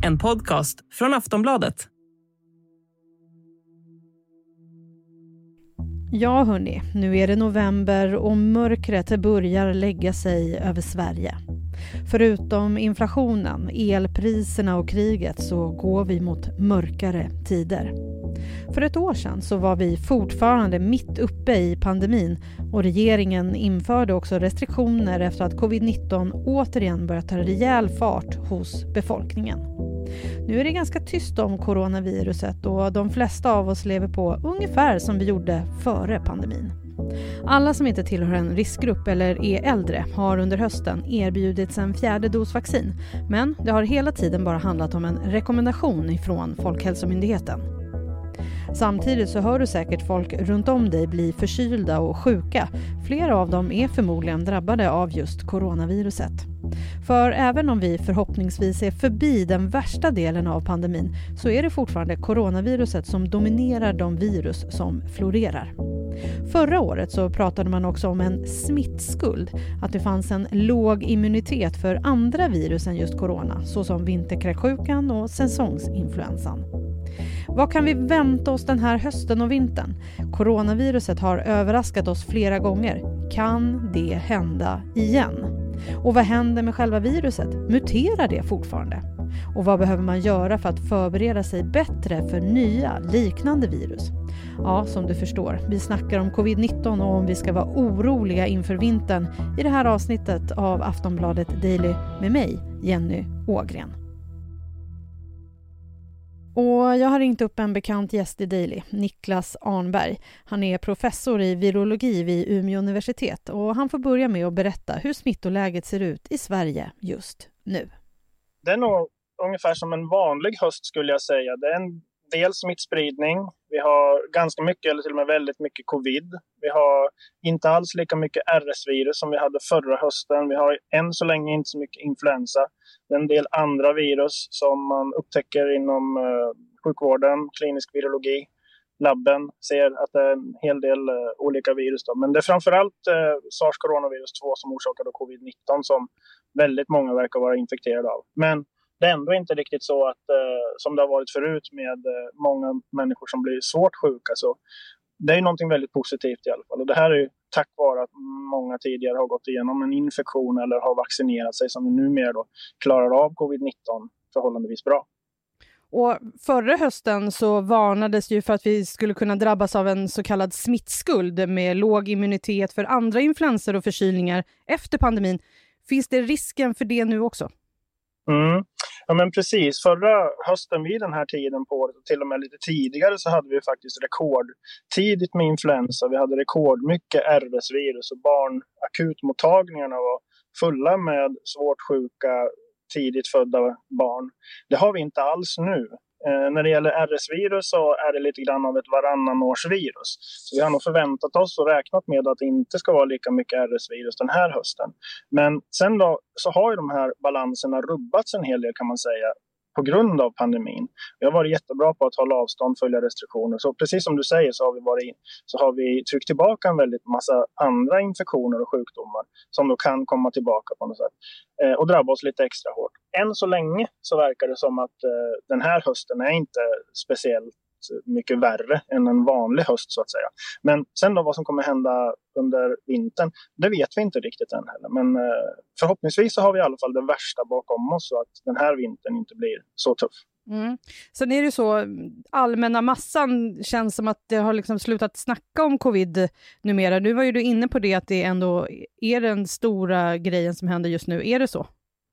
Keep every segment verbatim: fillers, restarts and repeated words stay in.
En podcast från Aftonbladet. Ja hörni, nu är det november och mörkret börjar lägga sig över Sverige. Förutom inflationen, elpriserna och kriget så går vi mot mörkare tider. För ett år sedan så var vi fortfarande mitt uppe i pandemin och regeringen införde också restriktioner efter att covid nitton återigen börjat ta rejäl fart hos befolkningen. Nu är det ganska tyst om coronaviruset och de flesta av oss lever på ungefär som vi gjorde före pandemin. Alla som inte tillhör en riskgrupp eller är äldre har under hösten erbjudits en fjärde dos vaccin, men det har hela tiden bara handlat om en rekommendation ifrån Folkhälsomyndigheten. Samtidigt så hör du säkert folk runt om dig bli förkylda och sjuka. Flera av dem är förmodligen drabbade av just coronaviruset. För även om vi förhoppningsvis är förbi den värsta delen av pandemin så är det fortfarande coronaviruset som dominerar de virus som florerar. Förra året så pratade man också om en smittskuld, att det fanns en låg immunitet för andra virus än just corona, såsom vinterkräksjukan och säsongsinfluensan. Vad kan vi vänta oss den här hösten och vintern? Coronaviruset har överraskat oss flera gånger. Kan det hända igen? Och vad händer med själva viruset? Muterar det fortfarande? Och vad behöver man göra för att förbereda sig bättre för nya liknande virus? Ja, som du förstår, vi snackar om covid nitton och om vi ska vara oroliga inför vintern i det här avsnittet av Aftonbladet Daily med mig, Jenny Ågren. Och jag har ringt upp en bekant gäst i Daily, Niklas Arnberg. Han är professor i virologi vid Umeå universitet och han får börja med att berätta hur smittoläget ser ut i Sverige just nu. Det är nog ungefär som en vanlig höst skulle jag säga. Det är en del smittspridning. Vi har ganska mycket eller till och med väldigt mycket covid. Vi har inte alls lika mycket R S-virus som vi hade förra hösten. Vi har än så länge inte så mycket influensa. Det är en del andra virus som man upptäcker inom uh, sjukvården, klinisk virologi. Labben ser att det är en hel del uh, olika virus. Då. Men det är framförallt uh, SARS-coronavirus två som orsakar covid nitton som väldigt många verkar vara infekterade av. Men det är ändå inte riktigt så att uh, som det har varit förut med uh, många människor som blir svårt sjuka. Så det är ju någonting väldigt positivt i alla fall. Och det här är ju tack vare att många tidigare har gått igenom en infektion eller har vaccinerat sig som vi numera då klarar av covid nitton förhållandevis bra. Och förra hösten så varnades ju för att vi skulle kunna drabbas av en så kallad smittskuld med låg immunitet för andra influenser och förkylningar efter pandemin. Finns det risken för det nu också? Mm. Ja men precis, förra hösten vid den här tiden på året och till och med lite tidigare så hade vi faktiskt rekordtidigt med influensa. Vi hade rekordmycket R S-virus och barnakutmottagningarna var fulla med svårt sjuka tidigt födda barn. Det har vi inte alls nu. Eh, när det gäller R S-virus så är det lite grann av ett varannan års virus. Så vi har nog förväntat oss och räknat med att det inte ska vara lika mycket R S-virus den här hösten. Men sen då så har ju de här balanserna rubbats en hel del kan man säga på grund av pandemin. Vi har varit jättebra på att hålla avstånd, följa restriktioner. Så precis som du säger så har vi, varit, så har vi tryckt tillbaka en väldigt massa andra infektioner och sjukdomar som då kan komma tillbaka på något sätt. Eh, och drabba oss lite extra hårt. Än så länge så verkar det som att eh, den här hösten är inte speciellt mycket värre än en vanlig höst så att säga. Men sen då vad som kommer hända under vintern, det vet vi inte riktigt än heller. Men eh, förhoppningsvis så har vi i alla fall det värsta bakom oss så att den här vintern inte blir så tuff. Mm. Sen är det så, allmänna massan känns som att det har liksom slutat snacka om covid numera. Nu var ju du inne på det att det ändå är den stora grejen som händer just nu. Är det så?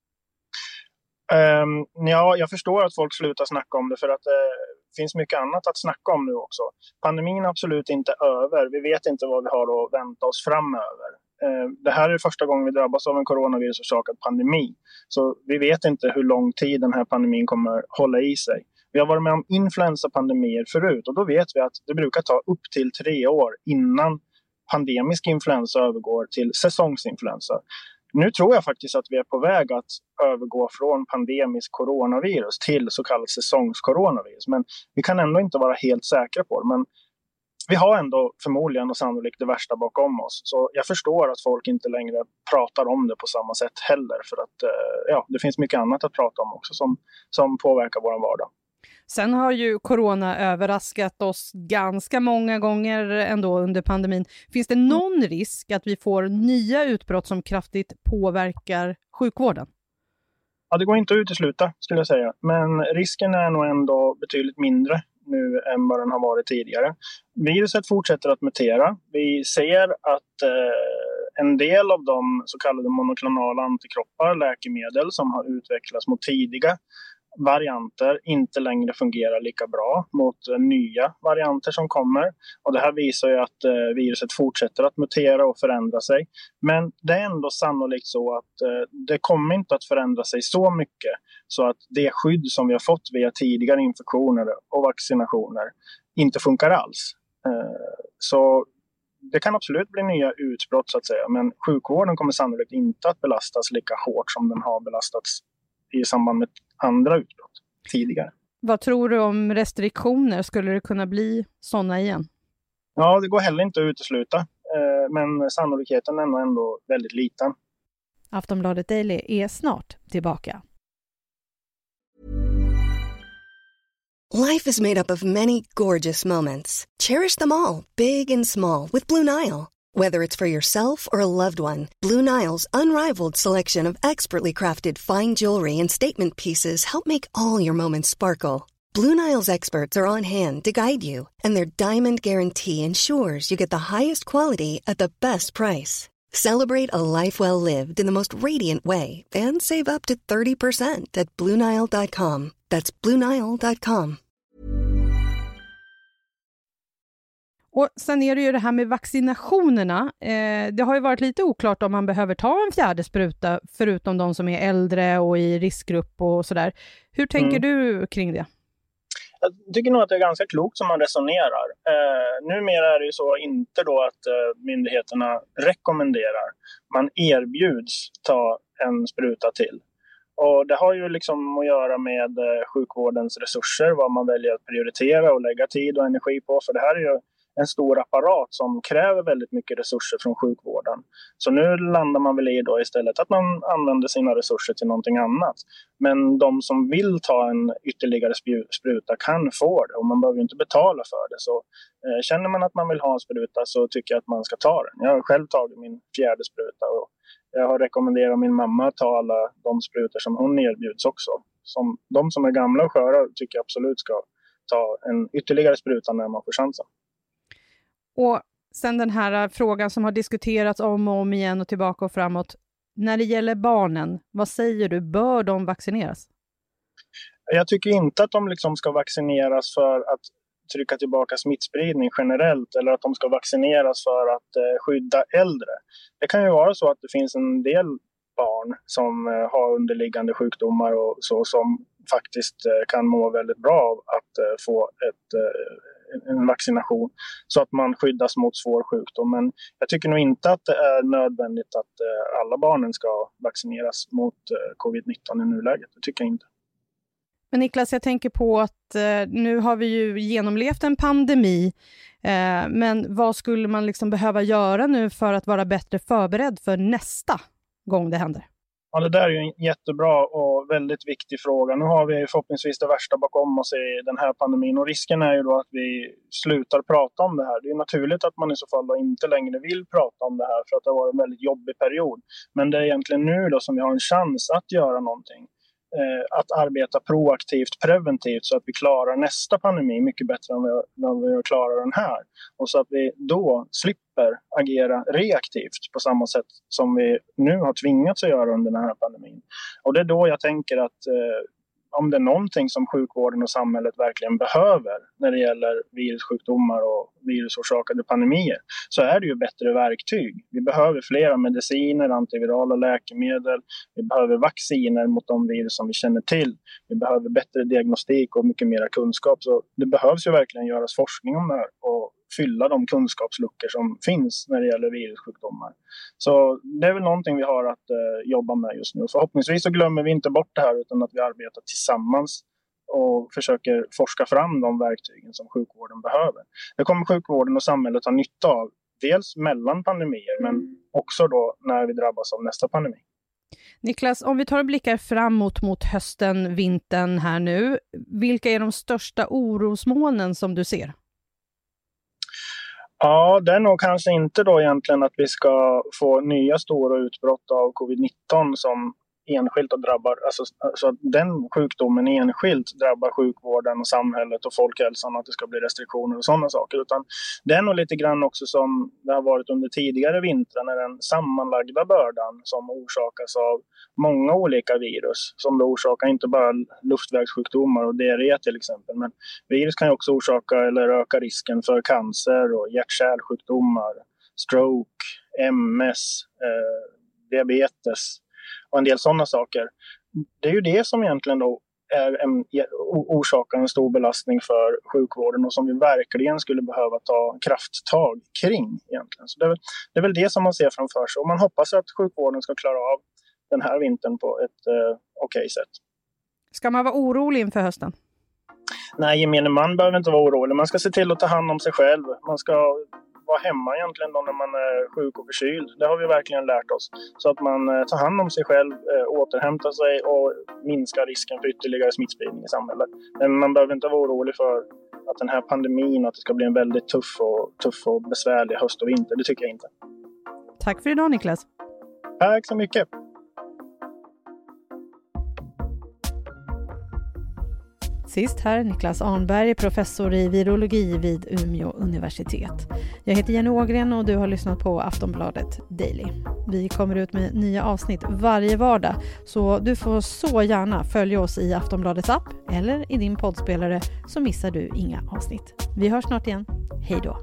Um, ja, jag förstår att folk slutar snacka om det för att det uh, finns mycket annat att snacka om nu också. Pandemin är absolut inte över. Vi vet inte vad vi har att vänta oss framöver. Uh, det här är första gången vi drabbas av en coronavirusorsakad pandemi. Så vi vet inte hur lång tid den här pandemin kommer hålla i sig. Vi har varit med om influensapandemier förut och då vet vi att det brukar ta upp till tre år innan pandemisk influensa övergår till säsongsinfluensa. Nu tror jag faktiskt att vi är på väg att övergå från pandemisk coronavirus till så kallat säsongskoronavirus. Men vi kan ändå inte vara helt säkra på det. Men vi har ändå förmodligen och sannolikt det värsta bakom oss. Så jag förstår att folk inte längre pratar om det på samma sätt heller. För att ja, det finns mycket annat att prata om också som, som påverkar vår vardag. Sen har ju corona överraskat oss ganska många gånger ändå under pandemin. Finns det någon mm. risk att vi får nya utbrott som kraftigt påverkar sjukvården? Ja, det går inte att utesluta skulle jag säga. Men risken är nog ändå betydligt mindre nu än vad den har varit tidigare. Viruset fortsätter att mutera. Vi ser att eh, en del av de så kallade monoklonala antikroppar, läkemedel som har utvecklats mot tidiga varianter inte längre fungerar lika bra mot nya varianter som kommer. Och det här visar ju att eh, viruset fortsätter att mutera och förändra sig. Men det är ändå sannolikt så att eh, det kommer inte att förändra sig så mycket så att det skydd som vi har fått via tidigare infektioner och vaccinationer inte funkar alls. Eh, så det kan absolut bli nya utbrott så att säga, men sjukvården kommer sannolikt inte att belastas lika hårt som den har belastats i samband med andra utbrott tidigare. Vad tror du om restriktioner? Skulle det kunna bli sådana igen? Ja, det går heller inte att utesluta. Men sannolikheten är ändå väldigt liten. Aftonbladet Daily är snart tillbaka. Life is made up of many gorgeous moments. Cherish them all, big and small, with Blue Nile. Whether it's for yourself or a loved one, Blue Nile's unrivaled selection of expertly crafted fine jewelry and statement pieces help make all your moments sparkle. Blue Nile's experts are on hand to guide you, and their diamond guarantee ensures you get the highest quality at the best price. Celebrate a life well lived in the most radiant way and save up to thirty percent at Blue Nile dot com. That's Blue Nile dot com. Och sen är det ju det här med vaccinationerna. Eh, det har ju varit lite oklart om man behöver ta en fjärde spruta förutom de som är äldre och i riskgrupp och sådär. Hur tänker mm. du kring det? Jag tycker nog att det är ganska klokt som man resonerar. Eh, numera är det ju så inte då att eh, myndigheterna rekommenderar. Man erbjuds ta en spruta till. Och det har ju liksom att göra med eh, sjukvårdens resurser, vad man väljer att prioritera och lägga tid och energi på. För det här är ju en stor apparat som kräver väldigt mycket resurser från sjukvården. Så nu landar man väl i då istället att man använder sina resurser till någonting annat. Men de som vill ta en ytterligare spruta kan få det och man behöver inte betala för det. Så eh, känner man att man vill ha en spruta så tycker jag att man ska ta den. Jag har själv tagit min fjärde spruta och jag har rekommenderat min mamma att ta alla de sprutor som hon erbjuds också. Som, de som är gamla och sköra tycker jag absolut ska ta en ytterligare spruta när man får chansen. Och sen den här frågan som har diskuterats om och om igen och tillbaka och framåt. När det gäller barnen, vad säger du? Bör de vaccineras? Jag tycker inte att de liksom ska vaccineras för att trycka tillbaka smittspridning generellt eller att de ska vaccineras för att eh, skydda äldre. Det kan ju vara så att det finns en del barn som eh, har underliggande sjukdomar och så som faktiskt eh, kan må väldigt bra av att eh, få ett eh, en vaccination så att man skyddas mot svår sjukdom. Men jag tycker nog inte att det är nödvändigt att eh, alla barnen ska vaccineras mot eh, covid nitton i nuläget. Det tycker jag inte. Men Niklas, jag tänker på att eh, nu har vi ju genomlevt en pandemi. Eh, men vad skulle man liksom behöva göra nu för att vara bättre förberedd för nästa gång det händer? Ja, det där är ju en jättebra och väldigt viktig fråga. Nu har vi förhoppningsvis det värsta bakom oss i den här pandemin. Och risken är ju då att vi slutar prata om det här. Det är naturligt att man i så fall då inte längre vill prata om det här för att det har varit en väldigt jobbig period. Men det är egentligen nu då som vi har en chans att göra någonting. Eh, att arbeta proaktivt, preventivt så att vi klarar nästa pandemi mycket bättre än vi, vi klarar den här. Och så att vi då slipper agera reaktivt på samma sätt som vi nu har tvingats att göra under den här pandemin. Och det är då jag tänker att eh, om det är någonting som sjukvården och samhället verkligen behöver när det gäller virussjukdomar och virusorsakade pandemier så är det ju bättre verktyg. Vi behöver flera mediciner, antivirala läkemedel, vi behöver vacciner mot de virus som vi känner till. Vi behöver bättre diagnostik och mycket mer kunskap. Så det behövs ju verkligen göras forskning om det här och fylla de kunskapsluckor som finns när det gäller virussjukdomar. Så det är väl någonting vi har att eh, jobba med just nu. Förhoppningsvis så glömmer vi inte bort det här utan att vi arbetar tillsammans och försöker forska fram de verktygen som sjukvården behöver. Det kommer sjukvården och samhället ha nytta av. Dels mellan pandemier men också då när vi drabbas av nästa pandemi. Niklas, om vi tar och blickar framåt mot hösten, vintern här nu. Vilka är de största orosmolnen som du ser? Ja, det är nog kanske inte då egentligen att vi ska få nya stora utbrott av covid nitton som enskilt och drabbar, alltså så att den sjukdomen enskilt drabbar sjukvården och samhället och folkhälsan, att det ska bli restriktioner och sådana saker, utan det är nog lite grann också som det har varit under tidigare vintrar, när den sammanlagda bördan som orsakas av många olika virus, som då orsakar inte bara luftvägssjukdomar och diarré till exempel, men virus kan ju också orsaka eller öka risken för cancer och hjärt-kärlsjukdomar, stroke, M S, eh, diabetes och en del sådana saker. Det är ju det som egentligen då är en, orsakar en stor belastning för sjukvården och som vi verkligen skulle behöva ta krafttag kring egentligen. Så det är, väl, det är väl det som man ser framför sig, och man hoppas att sjukvården ska klara av den här vintern på ett eh, okej sätt. Ska man vara orolig inför hösten? Nej, gemene man behöver inte vara orolig. Man ska se till att ta hand om sig själv. Man ska vara hemma egentligen då när man är sjuk och förkyld. Det har vi verkligen lärt oss. Så att man eh, tar hand om sig själv, eh, återhämtar sig och minskar risken för ytterligare smittspridning i samhället. Men man behöver inte vara orolig för att den här pandemin, att det ska bli en väldigt tuff och, tuff och besvärlig höst och vinter. Det tycker jag inte. Tack för idag, Niklas. Tack så mycket. Sist här, Niklas Arnberg, professor i virologi vid Umeå universitet. Jag heter Jenny Ågren och du har lyssnat på Aftonbladet Daily. Vi kommer ut med nya avsnitt varje vardag, så du får så gärna följa oss i Aftonbladets app eller i din poddspelare, så missar du inga avsnitt. Vi hörs snart igen. Hej då!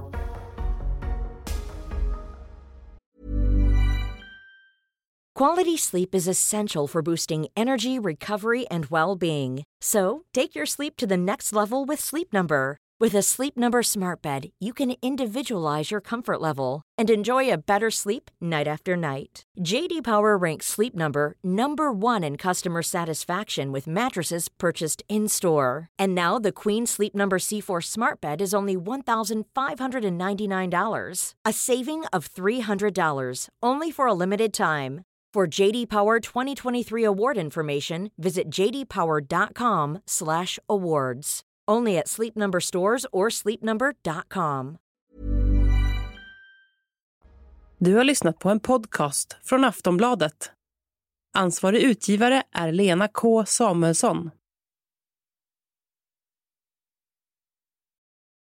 Quality sleep is essential for boosting energy, recovery, and well-being. So, take your sleep to the next level with Sleep Number. With a Sleep Number smart bed, you can individualize your comfort level and enjoy a better sleep night after night. J D Power ranks Sleep Number number one in customer satisfaction with mattresses purchased in-store. And now the Queen Sleep Number C four smart bed is only one thousand five hundred ninety-nine dollars. A saving of three hundred dollars, only for a limited time. For J D Power twenty twenty-three award information, visit j d power dot com slash awards. Only at Sleep Number stores or sleep number dot com. Du har lyssnat på en podcast från Aftonbladet. Ansvarig utgivare är Lena K. Samuelsson.